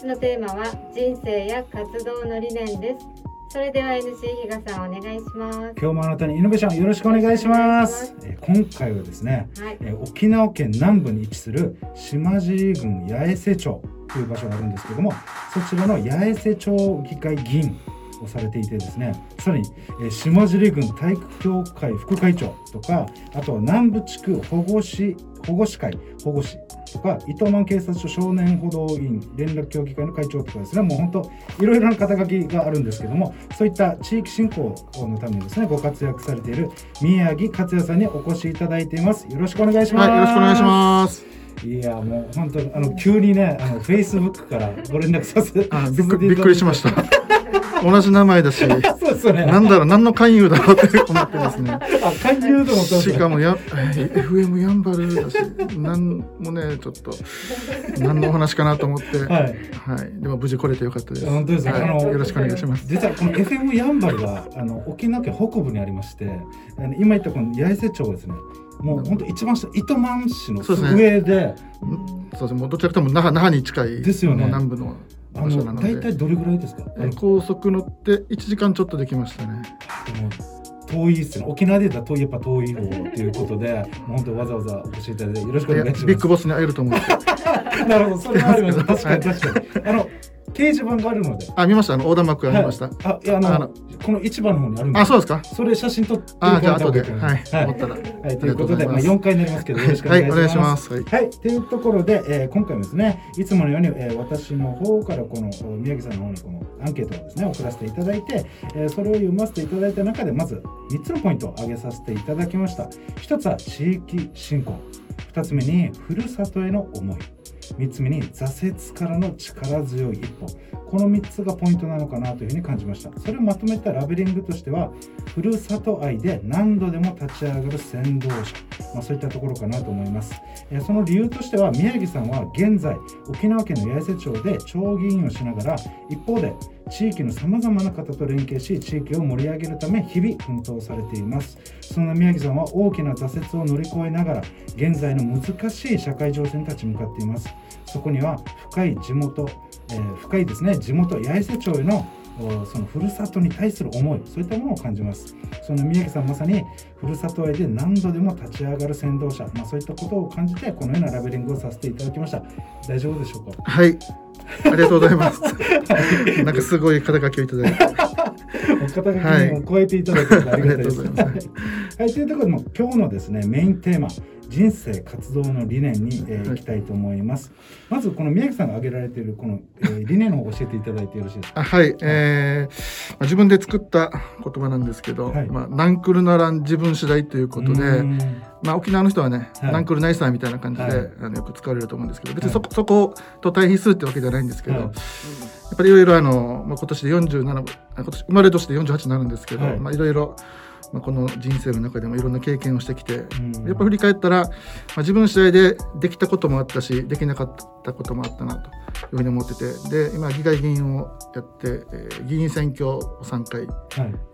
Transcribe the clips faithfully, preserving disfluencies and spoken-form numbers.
日のテーマは人生や活動の理念です。それでは エヌシー 比嘉さんお願いします。 今日もあなたにイノベーションよろしくお願いします。えー、今回はですね、はい、えー、沖縄県南部に位置する島尻郡八重瀬町という場所があるんですけども、そちらの八重瀬町議会議員をされていてですね、さらに、えー、島尻郡体育協会副会長とか、あとは南部地区保護士保護士会保護士とか、糸満警察署少年補導員連絡協議会の会長とかですね、もう本当いろいろな肩書きがあるんですけども、そういった地域振興のためにですねご活躍されている宮城克也さんにお越しいただいています。よろしくお願いします。 はい、よろしくお願いします。 いやもう本当あの急にね、あの Facebook からご連絡させてあびっくびっくりしました。同じ名前だし、そうですよね、 なんだろう、何の勧誘だろうって思ってですね。 あ、勧誘と思ったんですね。 しかもや エフエム やんばるだし、なんもねちょっと何のお話かなと思って、はい、はい、でも無事来れてよかったです。 本当ですね、はい、あのよろしくお願いします。 実はこの エフエム やんばるがあの沖縄県北部にありまして、あの今言ったこの八重瀬町ですね、もう本当一番下糸満市の上で、 そうですね、もうどちらかとも那覇那覇に近いですよね、 南部の場所なので。 大体どれぐらいですか？ 高速乗っていちじかんちょっとできましたね。 でも遠いですね。沖縄で言ったら遠い、やっぱ遠い方ということで、もう本当わざわざお越しいただいてよろしくお願いします。 ビッグボスに会えると思う。 なるほど、それはあります。確かに確かに。あの掲示板があるので。 あ、見ました。あの横断幕が見ました。はい、 あ、いやあの、あのこの一番の方にあるんです。 あ、そうですか。 それ写真撮って。 あ、じゃあ後で。はい。 はい。 思ったら。 はい。ということで、まあよんかいになりますけどよろしくお願いします。 はい、お願いします。 はい。はい。というところで、えー、今回もですね、いつものように、えー、私の方からこの宮城さんの方にこのアンケートをですね送らせていただいて、えー、それを読ませていただいた中でまずみっつのポイントを挙げさせていただきました。ひとつは地域振興、ふたつめにふるさとへの思い、みっつめに挫折からの力強い一歩。このみっつがポイントなのかなというふうに感じました。それをまとめたラベリングとしては、ふるさと愛で何度でも立ち上がる先導者、まあ、そういったところかなと思います。えー、その理由としては、宮城さんは現在沖縄県の八重瀬町で町議員をしながら、一方で地域のさまざまな方と連携し、地域を盛り上げるため日々奮闘されています。そんな宮城さんは大きな挫折を乗り越えながら、現在の難しい社会情勢に立ち向かっています。そこには深い地元、えー、深いですね地元八重瀬町へのそのふるさとに対する思い、そういったものを感じます。その宮城さんまさにふるさと愛で何度でも立ち上がる先導者、まあ、そういったことを感じてこのようなラベリングをさせていただきました。大丈夫でしょうか？ はい、ありがとうございます。なんかすごい肩書きをいただいて肩書きにも加えていただいてありがたいです。はい、はい、というところでも今日のですねメインテーマ、人生活動の理念に、えーはい、いきたいと思います。まずこの宮城さんが挙げられているこの、えー、理念の方を教えていただいてよろしいですか？ はい、えーまあ、自分で作った言葉なんですけど、はい、まあ、ナンクルならん自分次第ということで、まあ、沖縄の人はね、はい、ナンクルナイサーみたいな感じで、はい、あのよく使われると思うんですけど、別に そ,、はい、そこと対比するってわけじゃないんですけど、はい、やっぱりいろいろあの、まあ、今年でよんじゅうなな、今年生まれ年でよんじゅうはちになるんですけど、はい、まあ、いろいろまあ、この人生の中でもいろんな経験をしてきて、うん、やっぱ振り返ったら、まあ、自分次第でできたこともあったしできなかったこともあったなというふうに思ってて、で今議会議員をやって、えー、議員選挙をさんかい、はい、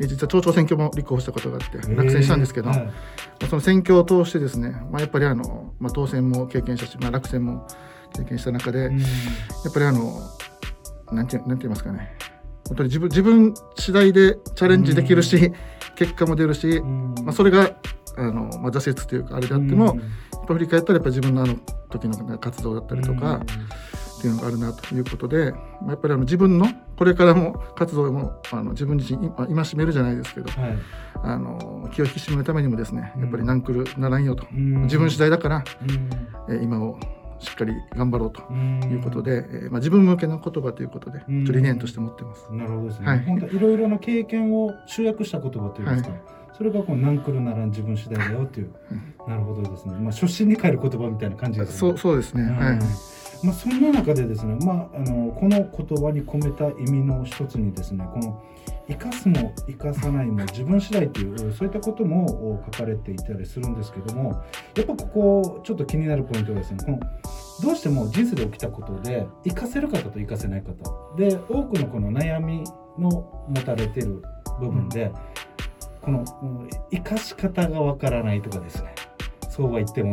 実は町長選挙も立候補したことがあって落選したんですけど、はい、まあ、その選挙を通してですね、まあ、やっぱりあの、まあ、当選も経験したし、まあ、落選も経験した中で、うん、やっぱりあのなんて、なんて言いますかね、本当に自分、自分次第でチャレンジできるし、うん、結果も出るし、うん、まあ、それがあの、まあ、挫折というかあれであっても、うん、やっぱ振り返ったらやっぱ自分のあの時の活動だったりとか、うん、っていうのがあるなということで、まあ、やっぱりあの自分のこれからも活動もあの自分自身戒めるじゃないですけど、はい、あの気を引き締めるためにもですね、やっぱりナンクルならんよと、うん、自分次第だから、うん、え今をしっかり頑張ろうということで、えーまあ、自分向けの言葉ということで理念として持ってます。 なるほどですね、はい、本当いろいろな経験を集約した言葉といいますか、はい、それがこうナンクルなら自分次第だよっていう、なるほどですね、まあ、初心に帰る言葉みたいな感じですね。 そう、そうですね、うん、はい。 まあ、そんな中でですね、まあ、あのこの言葉に込めた意味の一つにですね、この生かすも生かさないも自分次第というそういったことも書かれていたりするんですけども、やっぱここちょっと気になるポイントがですね、このどうしても人生で起きたことで生かせる方と生かせない方で、多くのこの悩みの持たれている部分で、うん、この生かし方がわからないとかですね、そうは言ってもみたいな、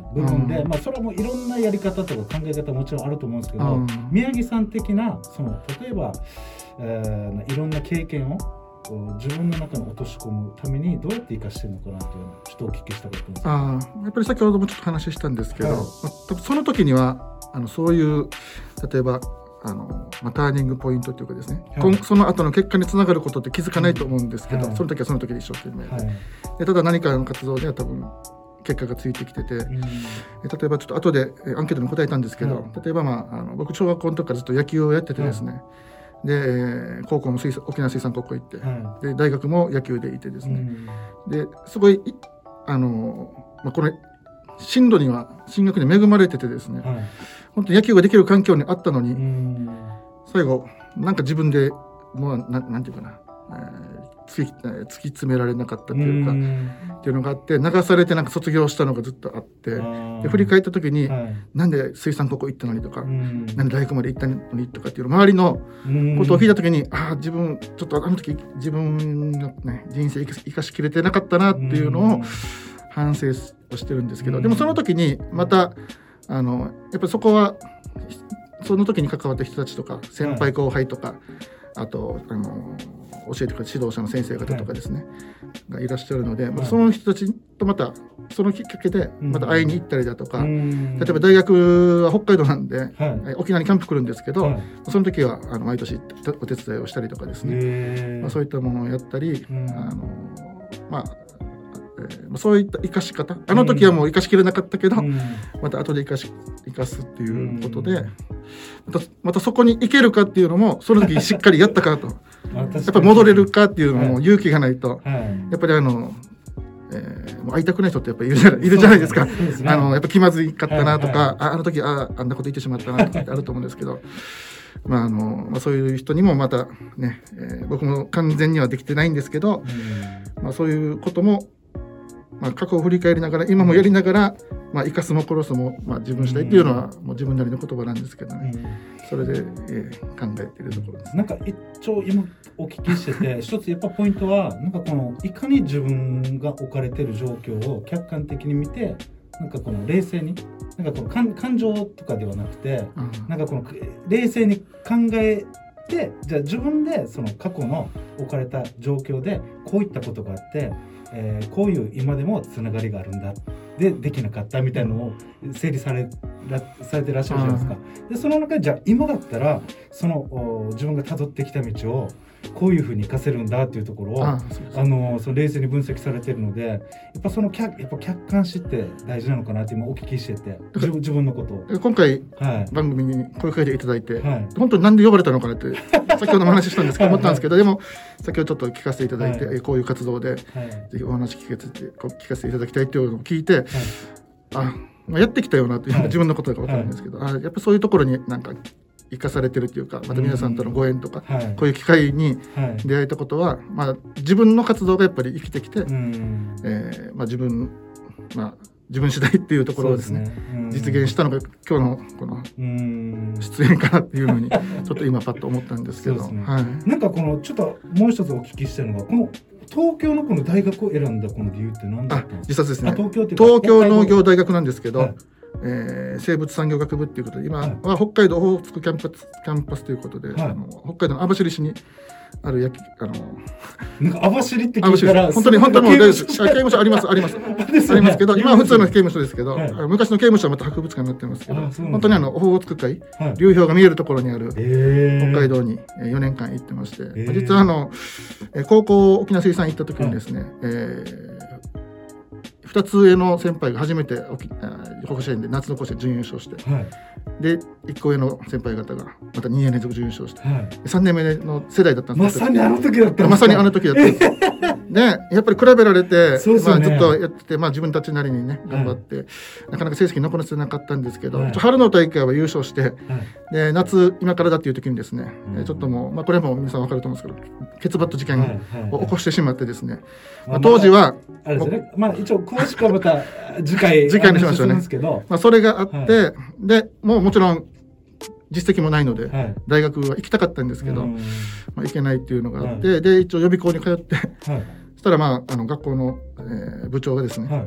部分で、 うんまあ、それはもういろんなやり方とか考え方もちろんあると思うんですけど、 うん宮城さん的なその例えば、えーいろんな経験をこう自分の中に落とし込むためにどうやって生かしてるのかなというのをちょっとお聞きしたかったんです。 ああ、やっぱり先ほどもちょっと話したんですけど、 はいまあ、多分その時にはあのそういう例えばあの、まあ、ターニングポイントというかですね、 はい今その後の結果につながることって気づかないと思うんですけど、 はいその時はその時で一生懸命、 はいでただ何かの活動では多分結果がついてきてて、 うんで例えばちょっと後でえアンケートに答えたんですけど、 はい例えば、まあ、あの僕小学校の時からずっと野球をやっててですね、でえー高校も水産沖縄水産高校行って、 はで大学も野球でいてですい、うね、 んですごいいあの、まあ、これ進路には進学に恵まれててですね、 はい本当に野球ができる環境にあったのに、 うん最後なんか自分でもうななんていうかな、えー突きえー突き詰められなかったっていうか、 んっていうのがあって流されてなんか卒業したのがずっとあって、で振り返った時に、 はいなんで水産高校行ったのにとか、 うんなんで大学まで行ったのにとかっていう周りのことを聞いた時に、ああ自分ちょっとあの時自分の、ね、人生生か生かしきれてなかったなっていうのを反省をしてるんですけど、 うんでもその時にまたあのやっぱりそこはその時に関わった人たちとか先輩後輩とか、あとあの教えてくれる指導者の先生方とかですね、がいらっしゃるので、まあ、その人たちとまたそのきっかけでまた会いに行ったりだとか、 うん例えば大学は北海道なんで、 はいえ沖縄にキャンプ来るんですけど、 はいその時はあの毎年お手伝いをしたりとかですね、 へーまあ、そういったものをやったり、 うんあのまあえーまあそういった生かし方、あの時はもう生かしきれなかったけど、 うんまた後で生かし生かすっていうことで、 うんまたまたそこに行けるかっていうのもその時しっかりやったかとあ確かにやっぱり戻れるかっていうのもはい勇気がないと、 はいやっぱりあの、えーもう会いたくない人ってやっぱりいるじゃいるじゃないですか。 そうですねあのやっぱ気まずいかったなとか、 はいはいああの時ああんなこと言ってしまったなとかってあると思うんですけどまああの、まあ、そういう人にもまたね、えー僕も完全にはできてないんですけど、まあ、そういうことも、まあ、過去を振り返りながら今もやりながら、まあ、生かすも殺すも、まあ、自分次第っていうのはもう自分なりの言葉なんですけどね、それで、えー考えているところです。 なんか一応今お聞きしてて一つやっぱポイントはなんかこのいかに自分が置かれてる状況を客観的に見てなんかこの冷静になんかこの感感情とかではなくてうんなんかこの冷静に考えてじゃあ自分でその過去の置かれた状況でこういったことがあって、えーこういう今でもつながりがあるんだでできなかったみたいなのを整理されらされてらっしゃるじゃないですか。でその中でじゃあ今だったらそのお自分が辿ってきた道をこういうふうに活かせるんだっていうところをあそうですあのその冷静に分析されてるのでやっぱその客やっぱ客観視って大事なのかなって今お聞きしてて自分自分のことを今回はい番組に声かけていただいて、 はい本当になんで呼ばれたのかなって先ほども話したんですけど思ったんですけど、でも先ほどちょっと聞かせていただいて、 はいえこういう活動ではいぜひお話聞かせてこう聞かせていただきたいっていうのを聞いて、 はいあ、まあ、やってきたよなっていう、 はい自分のことが分かるんですけど、あやっぱそういうところになんか生かされてるっていうかまた皆さんとのご縁とか、 はいこういう機会にはい出会えたことは、まあ、自分の活動がやっぱり生きてきて、 うんえーまあ、自分、まあ、自分次第っていうところをですねそうですねうん実現したのが今日のこのうん出演かなっていうふうにちょっと今パッと思ったんですけど、 そうですねはい、 なんかこのちょっともう一つお聞きしたいのがこの東京のこの大学を選んだこの理由って何だあったんですか。 実際ですねあ東京っていうか東京農業大学なんですけど、 はいえー生物産業学部っていうことで今はいは北海道オホーツクキャンパスキャンパスということで、 はいあの北海道の網走市にある焼きあのなんか網走って網走聞いたら本当に本当にもう大刑務所あ刑務所ありますありますですよねありますけど今は普通の刑務所ですけど、 はいあの昔の刑務所はまた博物館になってますけどあそうなんですね本当にあのオホーツク海はい流氷が見えるところにあるえー北海道にえーよねんかん行ってまして、 ー実はあのえー高校沖縄水産行った時にですね、えーふたつ上の先輩が初めて沖あー甲子園で夏の甲子園準優勝してはいでいっこ上の先輩方がまたにねん連続準優勝してはいさんねんめの世代だったんでますよさにあの時だったんですか。 まさにあの時だったんですでやっぱり比べられて、 そうですよねまあ、ずっとやってて、まあ、自分たちなりにね頑張って、なかなか成績残せなかったんですけど、 はい一応春の大会は優勝してはいで夏今からだっていう時にですね、 うんえーちょっともう、まあ、これはもう皆さん分かると思うんですけどケツバット事件はいはいを起こしてしまってですね、 まあまあ、当時は、 あれですね。まあ一応詳しくはまた次回次回にしましょうねお話するんですけど、 まあ、それがあって、 はでもうもちろん実績もないので、 はい大学は行きたかったんですけど、 うんまあ、行けないっていうのがあって、で一応予備校に通ってはいそしたら、まあ、あの学校の、えー部長がですね、 はい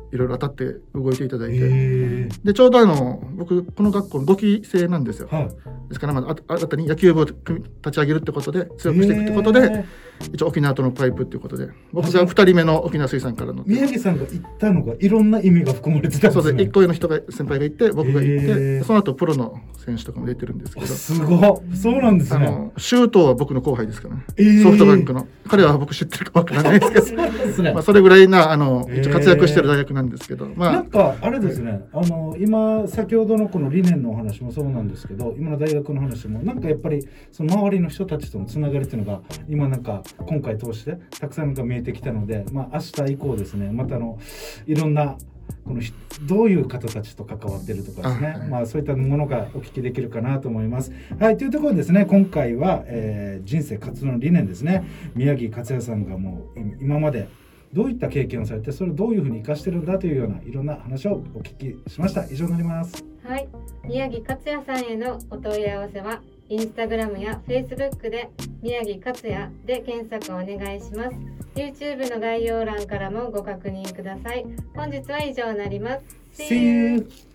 いろいろ当たって動いていただいて、 えー、 でちょうどあの僕この学校のごき生なんですよ、 はい、 ですからまあ新たに野球部を組み立ち上げるってことで強くしていくってことで、えー、一応沖縄とのパイプっていうことで僕がふたりめの沖縄水産からの宮城さんが行ったのがいろんな意味が含まれてたんですね。 そうですいっこ上の人が先輩が行って僕が行って、えー、その後プロの選手とかも出てるんですけど、 すごいそうなんですね。 あの周東は僕の後輩ですからね、えー、ソフトバンクの彼は僕知ってるかわからないですけどそうですね、まあそれぐらいなあの一応活躍してる大学なんですけど、まあなんかあれですね、あの今先ほどのこの理念のお話もそうなんですけど、今の大学の話もなんかやっぱりその周りの人たちとのつながりっていうのが今なんか今回通してたくさんなんか見えてきたので、まあ明日以降ですね、またあのいろんなこのどういう方たちと関わっているとかですね、はい、まあそういったものがお聞きできるかなと思います。はい、というところでですね、今回は、えー、人生活動の理念ですね、宮城克也さんがもう今までどういった経験をされて、それをどういうふうに生かしてるんだというようないろんな話をお聞きしました。以上になります。 はい、宮城克也さんへのお問い合わせはインスタグラムやフェイスブックで宮城克也で検索をお願いします。 YouTube の概要欄からもご確認ください。本日は以上になります。 See you!